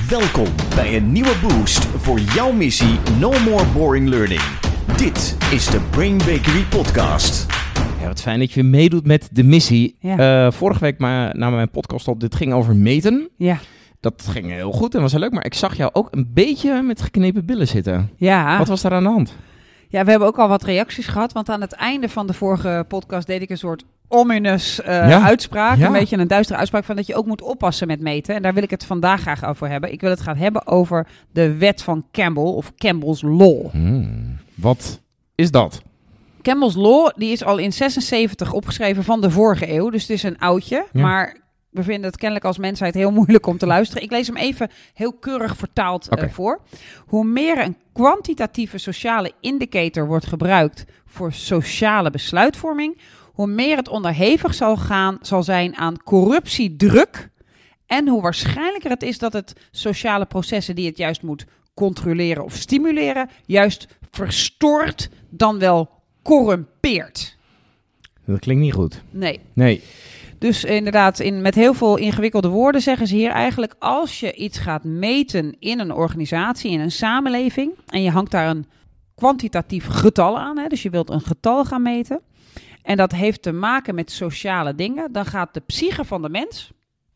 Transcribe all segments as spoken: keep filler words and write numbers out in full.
Welkom bij een nieuwe boost voor jouw missie No More Boring Learning. Dit is de Brain Bakery podcast. Ja, wat fijn dat je weer meedoet met de missie. Ja. Uh, vorige week maar, namen mijn podcast op. Dit ging over meten. Ja. Dat ging heel goed en was heel leuk. Maar ik zag jou ook een beetje met geknepen billen zitten. Ja. Wat was daar aan de hand? Ja, we hebben ook al wat reacties gehad. Want aan het einde van de vorige podcast deed ik een soort ominous uh, Ja. uitspraak. Ja. Een beetje een duistere uitspraak van dat je ook moet oppassen met meten. En daar wil ik het vandaag graag over hebben. Ik wil het gaan hebben over de wet van Campbell of Campbell's Law. Hmm, wat is dat? Campbell's Law die is al in zesenzeventig opgeschreven van de vorige eeuw. Dus het is een oudje. Ja. Maar we vinden het kennelijk als mensheid heel moeilijk om te luisteren. Ik lees hem even heel keurig vertaald Oké. uh, voor. Hoe meer een kwantitatieve sociale indicator wordt gebruikt voor sociale besluitvorming, hoe meer het onderhevig zal, gaan, zal zijn aan corruptiedruk en hoe waarschijnlijker het is dat het sociale processen die het juist moet controleren of stimuleren, juist verstoort dan wel corrumpeert. Dat klinkt niet goed. Nee. Nee. Dus inderdaad, in, met heel veel ingewikkelde woorden zeggen ze hier eigenlijk, als je iets gaat meten in een organisatie, in een samenleving, en je hangt daar een kwantitatief getal aan, hè, dus je wilt een getal gaan meten, en dat heeft te maken met sociale dingen, dan gaat de psyche van de mens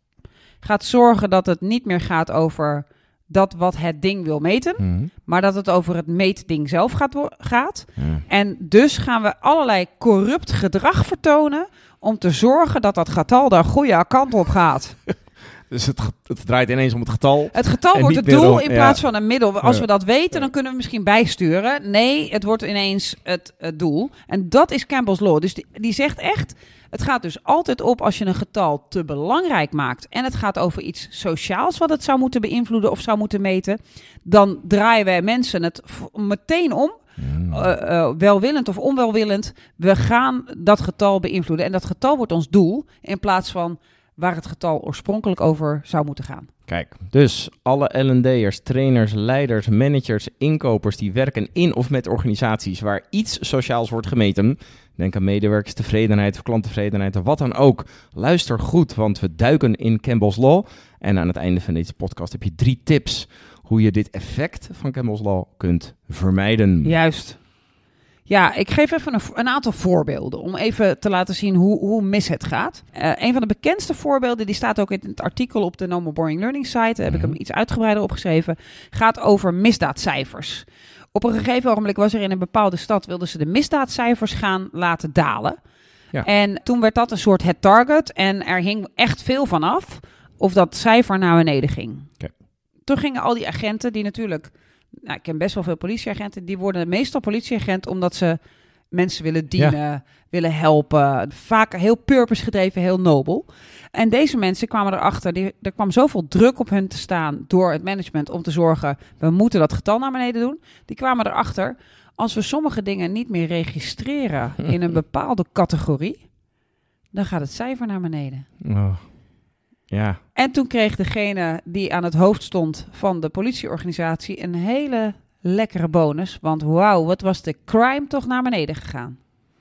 gaat zorgen dat het niet meer gaat over dat wat het ding wil meten, Hmm. maar dat het over het meetding zelf gaat. wo- gaat. Ja. En dus gaan we allerlei corrupt gedrag vertonen om te zorgen dat dat getal de goede kant op gaat. Dus het, het draait ineens om het getal. Het getal En wordt niet het doel meer om- in ja. plaats van een middel. Als Ja. we dat weten, dan kunnen we misschien bijsturen. Nee, het wordt ineens het, het doel. En dat is Campbell's Law. Dus die, die zegt echt, het gaat dus altijd op als je een getal te belangrijk maakt en het gaat over iets sociaals wat het zou moeten beïnvloeden of zou moeten meten, dan draaien wij mensen het v- meteen om. Hmm. Uh, uh, welwillend of onwelwillend, we gaan dat getal beïnvloeden. En dat getal wordt ons doel, in plaats van waar het getal oorspronkelijk over zou moeten gaan. Kijk, dus alle L en D'ers, trainers, leiders, managers, inkopers die werken in of met organisaties waar iets sociaals wordt gemeten. Denk aan medewerkerstevredenheid of klanttevredenheid of wat dan ook. Luister goed, want we duiken in Campbell's Law. En aan het einde van deze podcast heb je drie tips hoe je dit effect van Campbell's Law kunt vermijden. Juist. Ja, ik geef even een, een aantal voorbeelden om even te laten zien hoe, hoe mis het gaat. Uh, een van de bekendste voorbeelden, die staat ook in het artikel op de No More Boring Learning site, daar heb ik hem iets uitgebreider opgeschreven, gaat over misdaadcijfers. Op een gegeven ogenblik was er in een bepaalde stad, wilden ze de misdaadcijfers gaan laten dalen. Ja. En toen werd dat een soort het target en er hing echt veel van af of dat cijfer naar beneden ging. Okay. Toen gingen al die agenten, die natuurlijk, nou, ik ken best wel veel politieagenten, die worden meestal politieagent omdat ze mensen willen dienen, ja. willen helpen. Vaak heel purpose gedreven, heel nobel. En deze mensen kwamen erachter, die, er kwam zoveel druk op hun te staan door het management om te zorgen, we moeten dat getal naar beneden doen. Die kwamen erachter, als we sommige dingen niet meer registreren in een bepaalde categorie, dan gaat het cijfer naar beneden. Oh. Ja. En toen kreeg degene die aan het hoofd stond van de politieorganisatie een hele lekkere bonus. Want wauw, wat was de crime toch naar beneden gegaan.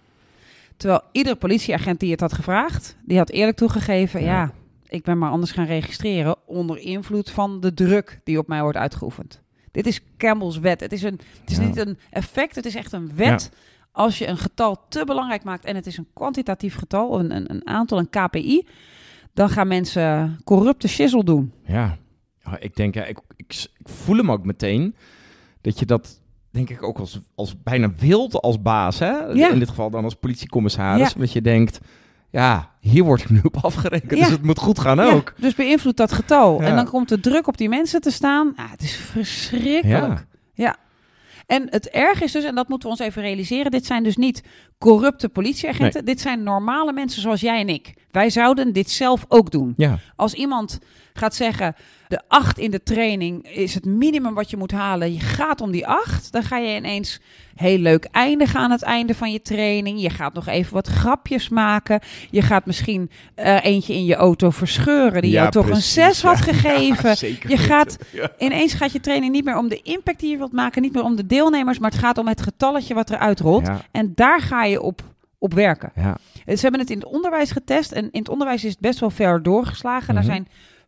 Terwijl iedere politieagent die het had gevraagd, die had eerlijk toegegeven, ja, ja ik ben maar anders gaan registreren onder invloed van de druk die op mij wordt uitgeoefend. Dit is Campbell's wet. Het is, een, het is ja. niet een effect, het is echt een wet. Ja. Als je een getal te belangrijk maakt en het is een kwantitatief getal, een, een, een aantal, een K P I, dan gaan mensen corrupte shizzle doen. Ja, ik denk, ja, ik, ik, ik voel hem ook meteen dat je dat, denk ik, ook als, als bijna wilt als baas, hè? Ja. In dit geval dan als politiecommissaris, ja. dat je denkt, ja, hier word ik nu op afgerekend, ja. dus het moet goed gaan ja. ook. Dus beïnvloed dat getal. Ja. En dan komt de druk op die mensen te staan. Ah, het is verschrikkelijk. Ja. ja. En het erg is dus, en dat moeten we ons even realiseren, dit zijn dus niet corrupte politieagenten. Nee. Dit zijn normale mensen zoals jij en ik. Wij zouden dit zelf ook doen. Ja. Als iemand gaat zeggen, de acht in de training is het minimum wat je moet halen. Je gaat om die acht. Dan ga je ineens heel leuk eindigen aan het einde van je training. Je gaat nog even wat grapjes maken. Je gaat misschien uh, eentje in je auto verscheuren die ja, jou toch precies, een zes ja. had gegeven. Ja, je gaat, ja. Ineens gaat je training niet meer om de impact die je wilt maken. Niet meer om de deelnemers, maar het gaat om het getalletje wat eruit rolt. Ja. En daar ga je op, op werken. Ja. Ze hebben het in het onderwijs getest. En in het onderwijs is het best wel ver doorgeslagen. Mm-hmm. Daar zijn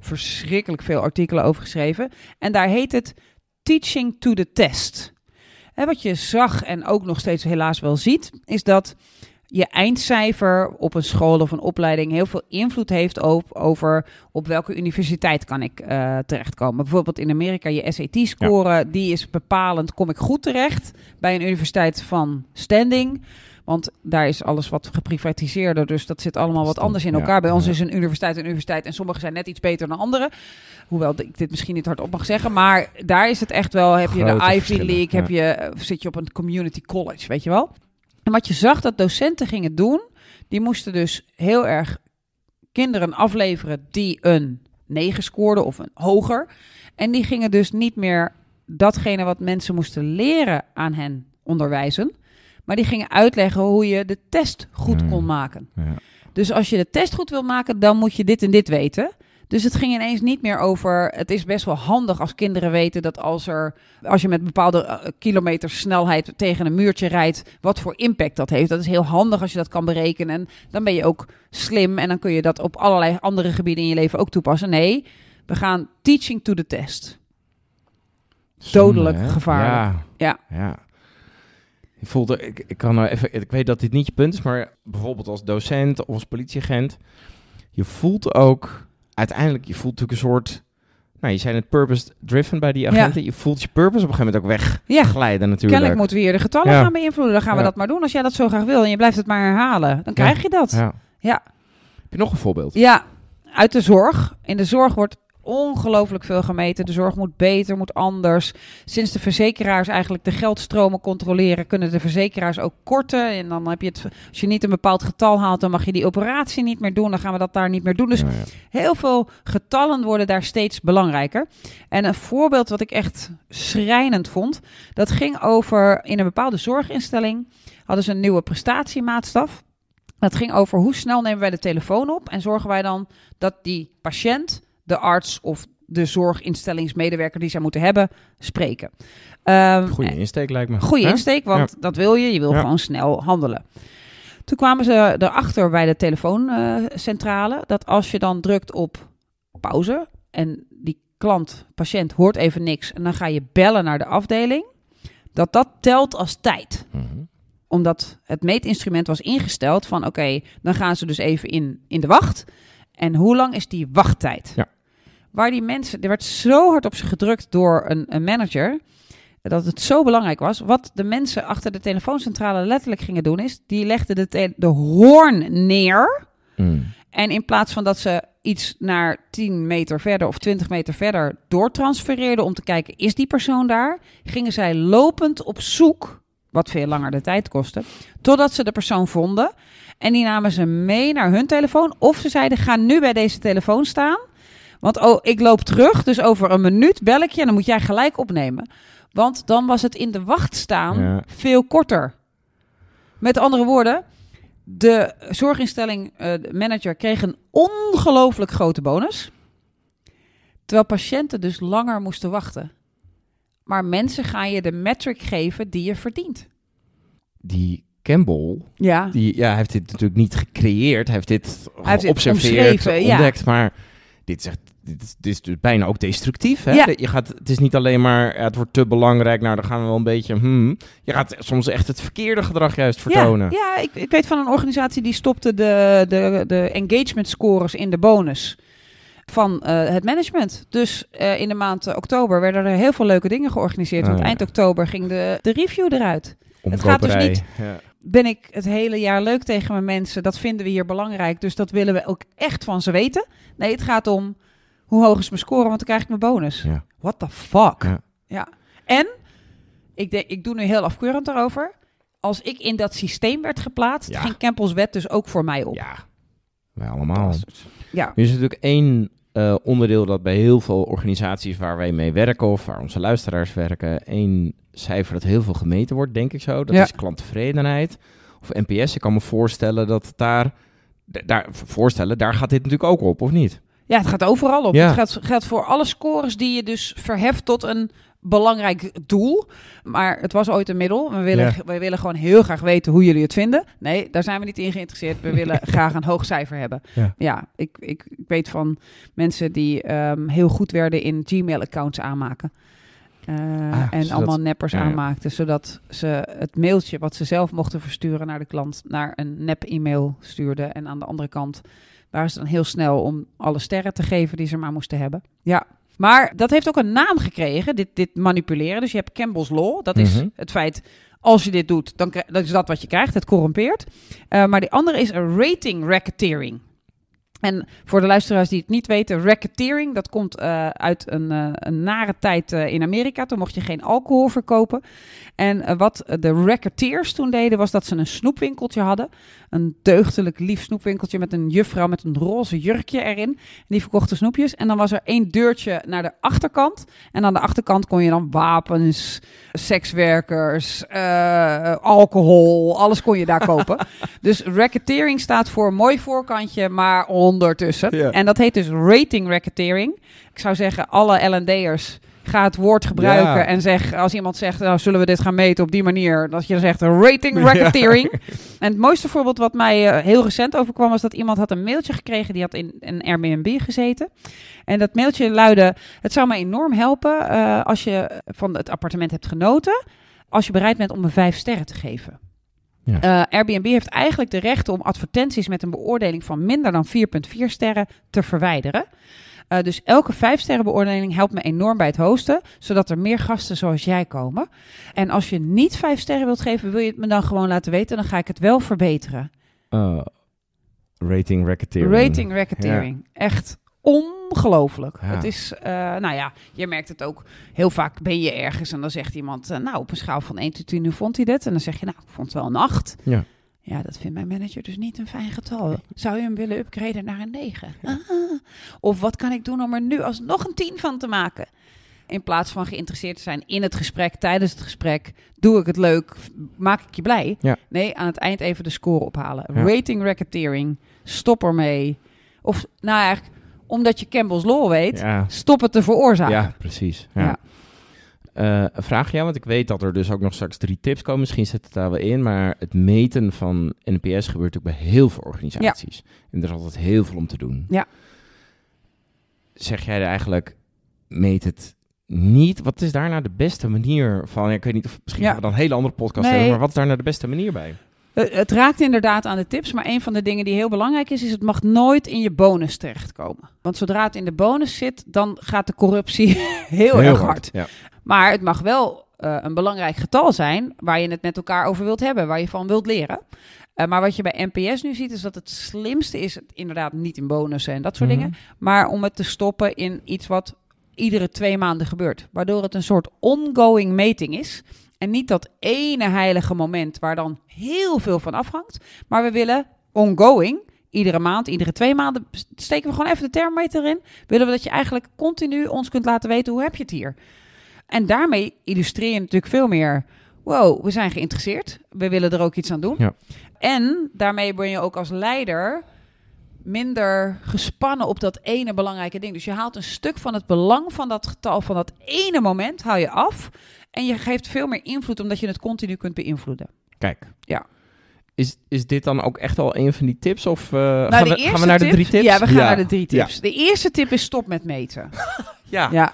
verschrikkelijk veel artikelen over geschreven. En daar heet het Teaching to the Test. En wat je zag en ook nog steeds helaas wel ziet, is dat je eindcijfer op een school of een opleiding heel veel invloed heeft op, over op welke universiteit kan ik uh, terechtkomen. Bijvoorbeeld in Amerika je S A T-score, ja. die is bepalend, kom ik goed terecht bij een universiteit van standing. Want daar is alles wat geprivatiseerder, dus dat zit allemaal wat anders in elkaar. Ja, bij ons ja. is een universiteit een universiteit en sommige zijn net iets beter dan andere. Hoewel ik dit misschien niet hardop mag zeggen, maar daar is het echt wel, heb je Grote de Ivy League, ja. heb je, zit je op een community college, weet je wel. En wat je zag dat docenten gingen doen, die moesten dus heel erg kinderen afleveren die een negen scoorden of een hoger. En die gingen dus niet meer datgene wat mensen moesten leren aan hen onderwijzen, maar die gingen uitleggen hoe je de test goed kon maken. Ja. Dus als je de test goed wil maken, dan moet je dit en dit weten. Dus het ging ineens niet meer over, het is best wel handig als kinderen weten dat als, er, als je met bepaalde uh, kilometers snelheid tegen een muurtje rijdt, wat voor impact dat heeft. Dat is heel handig als je dat kan berekenen. En dan ben je ook slim en dan kun je dat op allerlei andere gebieden in je leven ook toepassen. Nee, we gaan teaching to the test. Dodelijk Zonde, gevaarlijk. Ja. ja. ja. Ik voelde, ik, ik kan nou even, ik weet dat dit niet je punt is, maar bijvoorbeeld als docent of als politieagent, je voelt ook uiteindelijk, je voelt natuurlijk een soort, nou, je zei het purpose-driven bij die agenten. Ja. Je voelt je purpose op een gegeven moment ook wegglijden ja. natuurlijk. Kennelijk moeten we hier de getallen ja. gaan beïnvloeden. Dan gaan we ja. dat maar doen. Als jij dat zo graag wil en je blijft het maar herhalen, dan krijg ja. je dat. Ja. ja. Heb je nog een voorbeeld? Ja, uit de zorg. In de zorg wordt ongelooflijk veel gemeten. De zorg moet beter, moet anders. Sinds de verzekeraars eigenlijk de geldstromen controleren, kunnen de verzekeraars ook korten. En dan heb je het, als je niet een bepaald getal haalt, dan mag je die operatie niet meer doen. Dan gaan we dat daar niet meer doen. Dus ja, ja. heel veel getallen worden daar steeds belangrijker. En een voorbeeld wat ik echt schrijnend vond, dat ging over, in een bepaalde zorginstelling hadden ze een nieuwe prestatiemaatstaf. Dat ging over hoe snel nemen wij de telefoon op en zorgen wij dan dat die patiënt, de arts of de zorginstellingsmedewerker die zij moeten hebben, spreken. Um, goeie insteek lijkt me. Goeie huh? insteek, want ja. dat wil je. Je wil ja. gewoon snel handelen. Toen kwamen ze erachter bij de telefooncentrale uh, dat als je dan drukt op pauze en die klant, patiënt, hoort even niks en dan ga je bellen naar de afdeling, dat dat telt als tijd. Mm-hmm. Omdat het meetinstrument was ingesteld van oké, okay, dan gaan ze dus even in, in de wacht. En hoe lang is die wachttijd? Ja. Waar die mensen, er werd zo hard op ze gedrukt door een, een manager, dat het zo belangrijk was. Wat de mensen achter de telefooncentrale letterlijk gingen doen is, die legden de, te- de hoorn neer. Mm. En in plaats van dat ze iets naar tien meter verder of twintig meter verder doortransfereerden om te kijken, is die persoon daar? Gingen zij lopend op zoek, wat veel langer de tijd kostte, totdat ze de persoon vonden. En die namen ze mee naar hun telefoon. Of ze zeiden, ga nu bij deze telefoon staan. Want oh, ik loop terug, dus over een minuut bel ik je en dan moet jij gelijk opnemen. Want dan was het in de wacht staan ja. veel korter. Met andere woorden, de zorginstelling uh, de manager kreeg een ongelooflijk grote bonus. Terwijl patiënten dus langer moesten wachten. Maar mensen gaan je de metric geven die je verdient. Die Campbell, ja. Die, ja, hij heeft dit natuurlijk niet gecreëerd. Hij heeft dit hij geobserveerd, heeft ontdekt. Ja. Maar dit is, echt, dit, is, dit is dus bijna ook destructief. Hè? Ja. Je gaat, het is niet alleen maar, ja, het wordt te belangrijk. Nou, dan gaan we wel een beetje... Hmm. Je gaat soms echt het verkeerde gedrag juist vertonen. Ja, ja ik, ik weet van een organisatie die stopte de, de, de engagement scores in de bonus van uh, het management. Dus uh, in de maand uh, oktober werden er heel veel leuke dingen georganiseerd. Oh, want ja. eind oktober ging de, de review eruit. Het gaat dus niet, ja. ben ik het hele jaar leuk tegen mijn mensen? Dat vinden we hier belangrijk, dus dat willen we ook echt van ze weten. Nee, het gaat om, hoe hoog is mijn score, want dan krijg ik mijn bonus. Ja. What the fuck? Ja. ja. En, ik, denk, ik doe nu heel afkeurend daarover. Als ik in dat systeem werd geplaatst, ja. ging Campbell's wet dus ook voor mij op. Ja, wij allemaal. Ja. Er is natuurlijk één uh, onderdeel dat bij heel veel organisaties waar wij mee werken of waar onze luisteraars werken, één cijfer dat heel veel gemeten wordt, denk ik zo. Dat ja. is klanttevredenheid of N P S. Ik kan me voorstellen dat daar, daar, voorstellen, daar gaat dit natuurlijk ook op, of niet? Ja, het gaat overal op. Ja. Het gaat, geldt voor alle scores die je dus verheft tot een belangrijk doel. Maar het was ooit een middel. We willen, Ja. we willen gewoon heel graag weten hoe jullie het vinden. Nee, daar zijn we niet in geïnteresseerd. We willen graag een hoog cijfer hebben. Ja. Ja, ik, ik, ik weet van mensen die um, heel goed werden in Gmail-accounts aanmaken. Uh, Ah, en zodat- allemaal neppers ja, ja. aanmaakten, zodat ze het mailtje wat ze zelf mochten versturen naar de klant naar een nep-e-mail stuurden. En aan de andere kant waren ze dan heel snel om alle sterren te geven die ze maar moesten hebben. Ja, maar dat heeft ook een naam gekregen, dit, dit manipuleren. Dus je hebt Campbell's Law, dat is Mhm. het feit, als je dit doet, dan kri- dat is dat wat je krijgt, het corrumpeert. Uh, maar die andere is een rating racketeering. En voor de luisteraars die het niet weten, racketeering, dat komt uh, uit een, uh, een nare tijd uh, in Amerika. Toen mocht je geen alcohol verkopen. En uh, wat de racketeers toen deden, was dat ze een snoepwinkeltje hadden. Een deugdelijk lief snoepwinkeltje met een juffrouw met een roze jurkje erin. En die verkochten snoepjes. En dan was er één deurtje naar de achterkant. En aan de achterkant kon je dan wapens, sekswerkers, uh, alcohol, alles kon je daar kopen. Dus racketeering staat voor mooi voorkantje, maar ondertussen. Ja. En dat heet dus rating racketeering. Ik zou zeggen, alle L en D'ers, ga het woord gebruiken Ja. en zeg, als iemand zegt, nou, zullen we dit gaan meten op die manier, dat je dan zegt rating racketeering. Ja. En het mooiste voorbeeld wat mij uh, heel recent overkwam, was dat iemand had een mailtje gekregen, die had in een Airbnb gezeten. En dat mailtje luidde, het zou me enorm helpen uh, als je van het appartement hebt genoten, als je bereid bent om me vijf sterren te geven. Ja. Uh, Airbnb heeft eigenlijk de rechten om advertenties met een beoordeling van minder dan vier komma vier sterren te verwijderen. Uh, dus elke vijf sterren beoordeling helpt me enorm bij het hosten, zodat er meer gasten zoals jij komen. En als je niet vijf sterren wilt geven, wil je het me dan gewoon laten weten, dan ga ik het wel verbeteren. Uh, rating racketeering. Rating racketeering. Ja. Echt ongelooflijk. Ja. Het is, uh, nou ja, je merkt het ook. Heel vaak ben je ergens en dan zegt iemand, uh, nou, op een schaal van één tot tien, hoe vond hij dit? En dan zeg je, nou, ik vond het wel een acht. Ja. Ja, dat vindt mijn manager dus niet een fijn getal. Zou je hem willen upgraden naar een negen? Ah. Of wat kan ik doen om er nu alsnog een tien van te maken? In plaats van geïnteresseerd te zijn in het gesprek, tijdens het gesprek, doe ik het leuk, maak ik je blij. Ja. Nee, aan het eind even de score ophalen. Ja. Rating racketeering, stop ermee. Of, nou eigenlijk, omdat je Campbell's Law weet, ja. stop het te veroorzaken. Ja, precies. Ja. Ja. Uh, een vraagje, want ik weet dat er dus ook nog straks drie tips komen. Misschien zit het daar wel in, maar het meten van N P S gebeurt ook bij heel veel organisaties. Ja. En er is altijd heel veel om te doen. Ja. Zeg jij er eigenlijk, meet het niet? Wat is daar nou de beste manier van? Ja, ik weet niet of misschien ja. gaan we dan een hele andere podcast nee. hebben, maar wat is daar nou de beste manier bij? Uh, het raakt inderdaad aan de tips, maar een van de dingen die heel belangrijk is, is het mag nooit in je bonus terechtkomen. Want zodra het in de bonus zit, dan gaat de corruptie heel, heel erg hard. hard. Ja. Maar het mag wel uh, een belangrijk getal zijn waar je het met elkaar over wilt hebben, waar je van wilt leren. Uh, maar wat je bij N P S nu ziet, is dat het slimste is, het inderdaad niet in bonussen en dat soort mm-hmm. dingen, maar om het te stoppen in iets wat iedere twee maanden gebeurt. Waardoor het een soort ongoing meting is. En niet dat ene heilige moment waar dan heel veel van afhangt. Maar we willen ongoing, iedere maand, iedere twee maanden, steken we gewoon even de thermometer in. Willen we dat je eigenlijk continu ons kunt laten weten, hoe heb je het hier? En daarmee illustreer je natuurlijk veel meer, wow, we zijn geïnteresseerd. We willen er ook iets aan doen. Ja. En daarmee ben je ook als leider minder gespannen op dat ene belangrijke ding. Dus je haalt een stuk van het belang van dat getal, van dat ene moment, haal je af. En je geeft veel meer invloed, omdat je het continu kunt beïnvloeden. Kijk. Ja. Is, is dit dan ook echt al een van die tips? Of uh, nou, gaan, we, gaan we naar tip, de drie tips? Ja, we gaan ja. naar de drie tips. Ja. De eerste tip is stop met meten. ja. ja.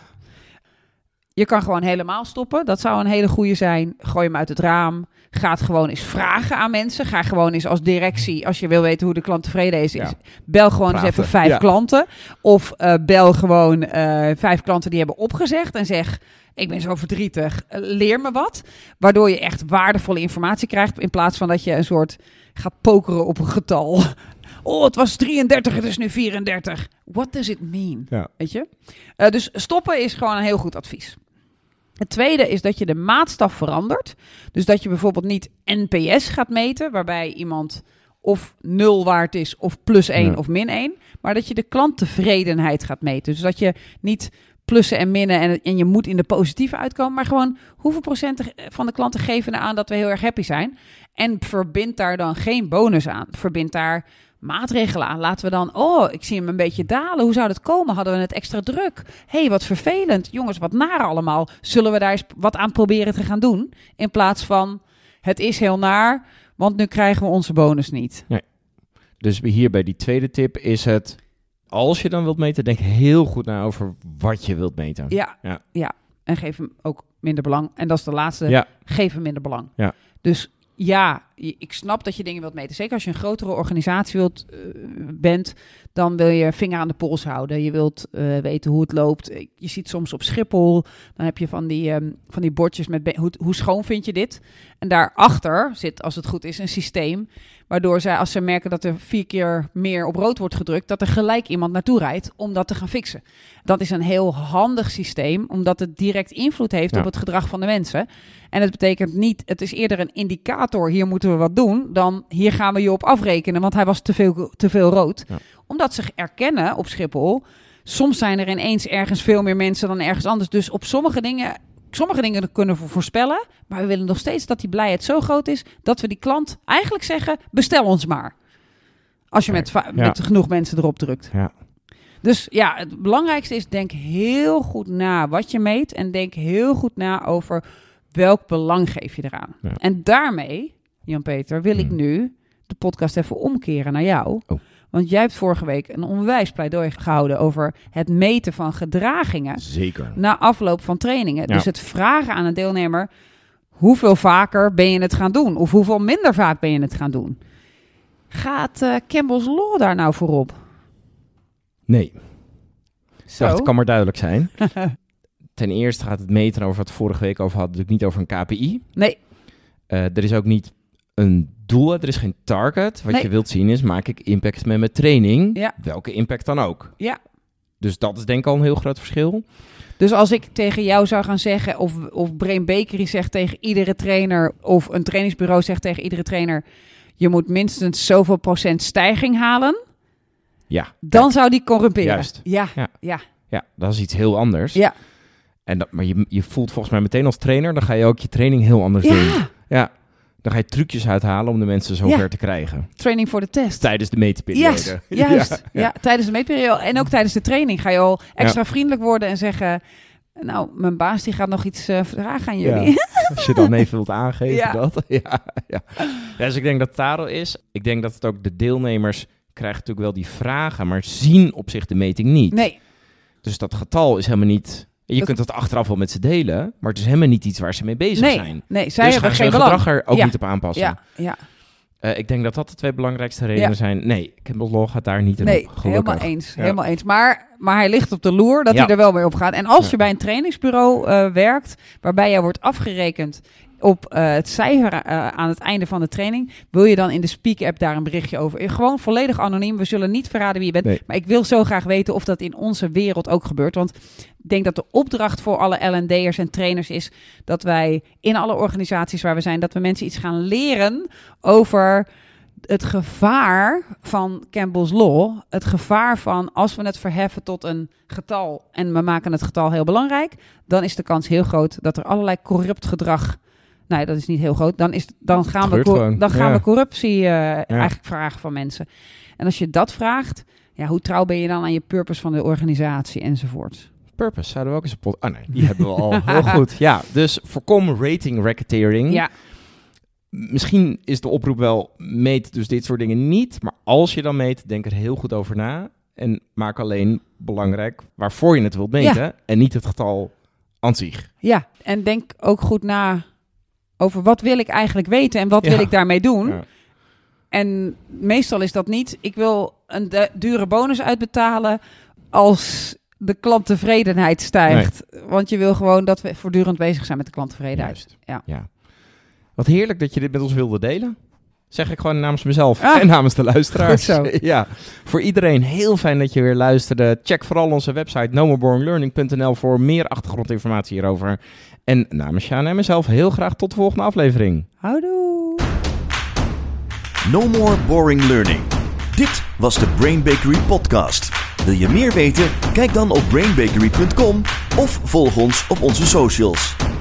Je kan gewoon helemaal stoppen. Dat zou een hele goede zijn. Gooi hem uit het raam. Ga het gewoon eens vragen aan mensen. Ga gewoon eens als directie, als je wil weten hoe de klant tevreden is, ja. is bel gewoon Praten. eens even vijf ja. klanten. Of uh, bel gewoon uh, vijf klanten die hebben opgezegd en zeg, ik ben zo verdrietig, leer me wat. Waardoor je echt waardevolle informatie krijgt, in plaats van dat je een soort gaat pokeren op een getal. Oh, het was drieëndertig, het is nu vierendertig. What does it mean? Ja. Weet je? Uh, dus stoppen is gewoon een heel goed advies. Het tweede is dat je de maatstaf verandert. Dus dat je bijvoorbeeld niet N P S gaat meten, waarbij iemand of nul waard is, of plus één ja. of min één. Maar dat je de klanttevredenheid gaat meten. Dus dat je niet plussen en minnen en, en je moet in de positieve uitkomen, maar gewoon hoeveel procent van de klanten geven aan dat we heel erg happy zijn. En verbind daar dan geen bonus aan. Verbind daar maatregelen aan. Laten we dan, oh, ik zie hem een beetje dalen. Hoe zou dat komen? Hadden we het extra druk? Hé, hey, wat vervelend. Jongens, wat naar allemaal. Zullen we daar eens wat aan proberen te gaan doen? In plaats van, het is heel naar, want nu krijgen we onze bonus niet. Nee. Dus hier bij die tweede tip is het, als je dan wilt meten, denk heel goed na over wat je wilt meten. Ja, ja. ja. En geef hem ook minder belang. En dat is de laatste, ja. geef hem minder belang. Ja. Dus ja, ik snap dat je dingen wilt meten. Zeker als je een grotere organisatie wilt, uh, bent, dan wil je vinger aan de pols houden. Je wilt uh, weten hoe het loopt. Je ziet soms op Schiphol, dan heb je van die, um, van die bordjes met be- hoe, hoe schoon vind je dit? En daarachter zit, als het goed is, een systeem waardoor zij, als ze merken dat er vier keer meer op rood wordt gedrukt, dat er gelijk iemand naartoe rijdt om dat te gaan fixen. Dat is een heel handig systeem, omdat het direct invloed heeft ja. op het gedrag van de mensen. En het betekent niet, het is eerder een indicator, hier moeten we wat doen, dan hier gaan we je op afrekenen, want hij was te veel, te veel rood. Ja. Omdat ze erkennen op Schiphol, soms zijn er ineens ergens veel meer mensen dan ergens anders. Dus op sommige dingen, sommige dingen kunnen we voorspellen, maar we willen nog steeds dat die blijheid zo groot is, dat we die klant eigenlijk zeggen, bestel ons maar. Als je met, va- ja. met genoeg mensen erop drukt. Ja. Dus ja, het belangrijkste is, denk heel goed na wat je meet en denk heel goed na over welk belang geef je eraan. Ja. En daarmee, Jan-Peter, wil hmm. ik nu de podcast even omkeren naar jou. Oh. Want jij hebt vorige week een onwijs pleidooi gehouden over het meten van gedragingen. Zeker. Na afloop van trainingen. Ja. Dus het vragen aan een deelnemer, hoeveel vaker ben je het gaan doen? Of hoeveel minder vaak ben je het gaan doen? Gaat uh, Campbell's Law daar nou voorop? Nee. Zo. Dacht, het kan maar duidelijk zijn. Ten eerste gaat het meten over wat we vorige week over hadden, natuurlijk niet over een K P I. Nee. Uh, er is ook niet een doel, er is geen target. Wat nee. je wilt zien is, maak ik impact met mijn training? Ja. Welke impact dan ook? Ja. Dus dat is denk ik al een heel groot verschil. Dus als ik tegen jou zou gaan zeggen, of, of Brain Bakery zegt tegen iedere trainer, of een trainingsbureau zegt tegen iedere trainer, je moet minstens zoveel procent stijging halen. Ja. Dan kijk, zou die corrumperen. Juist. Ja. Ja. Ja. Ja, dat is iets heel anders. Ja. En dat, maar je, je voelt volgens mij meteen als trainer, dan ga je ook je training heel anders ja. doen. Ja. Dan ga je trucjes uithalen om de mensen zover ja. te krijgen. Training voor de test. Tijdens de meetperiode. Yes, juist. Ja, ja. ja, tijdens de meetperiode. En ook tijdens de training ga je al extra ja. vriendelijk worden en zeggen, nou, mijn baas die gaat nog iets uh, vragen aan jullie. Ja. Als je dan even wilt aangeven ja. dat. Ja, ja. ja, dus ik denk dat Taro is. Ik denk dat het ook de deelnemers krijgen natuurlijk wel die vragen, maar zien op zich de meting niet. Nee. Dus dat getal is helemaal niet. Je dat... kunt dat achteraf wel met ze delen, maar het is helemaal niet iets waar ze mee bezig nee, zijn. Nee, zij dus hebben gaan geen ze hun gedrag er ook ja. niet op aanpassen. Ja, ja. Uh, ik denk dat dat de twee belangrijkste redenen ja. zijn. Nee, Campbell's Law gaat daar niet in nee, op. Gelukkig. helemaal eens. Ja. Helemaal eens. Maar, maar hij ligt op de loer dat ja. hij er wel mee op gaat. En als ja. je bij een trainingsbureau uh, werkt, waarbij jij wordt afgerekend op uh, het cijfer uh, aan het einde van de training, wil je dan in de Speak-app daar een berichtje over. Gewoon volledig anoniem. We zullen niet verraden wie je bent. Nee. Maar ik wil zo graag weten of dat in onze wereld ook gebeurt. Want ik denk dat de opdracht voor alle L en D'ers en trainers is dat wij in alle organisaties waar we zijn, dat we mensen iets gaan leren over het gevaar van Campbell's Law. Het gevaar van als we het verheffen tot een getal en we maken het getal heel belangrijk, dan is de kans heel groot dat er allerlei corrupt gedrag. Nee, dat is niet heel groot. Dan, is, dan gaan, we, cor- dan gaan ja. we corruptie uh, ja. eigenlijk vragen van mensen. En als je dat vraagt, ja, hoe trouw ben je dan aan je purpose van de organisatie enzovoort? Purpose, zouden we ook eens een pot... Oh nee, die hebben we al. Heel goed. Ja, dus voorkom rating racketeering. Ja. Misschien is de oproep wel, meet dus dit soort dingen niet. Maar als je dan meet, denk er heel goed over na. En maak alleen belangrijk waarvoor je het wilt meten. Ja. En niet het getal aan zich. Ja, en denk ook goed na over wat wil ik eigenlijk weten en wat ja. wil ik daarmee doen. Ja. En meestal is dat niet, ik wil een de- dure bonus uitbetalen als de klanttevredenheid stijgt. Nee. Want je wil gewoon dat we voortdurend bezig zijn met de klanttevredenheid. Juist. Ja. ja. Wat heerlijk dat je dit met ons wilde delen. Zeg ik gewoon namens mezelf ah, en namens de luisteraars. Goed zo. Ja, voor iedereen heel fijn dat je weer luisterde. Check vooral onze website no more boring learning punt n l voor meer achtergrondinformatie hierover. En namens Sjaan en mezelf heel graag tot de volgende aflevering. Houdoe. No more boring learning. Dit was de Brain Bakery podcast. Wil je meer weten? Kijk dan op brain bakery punt com of volg ons op onze socials.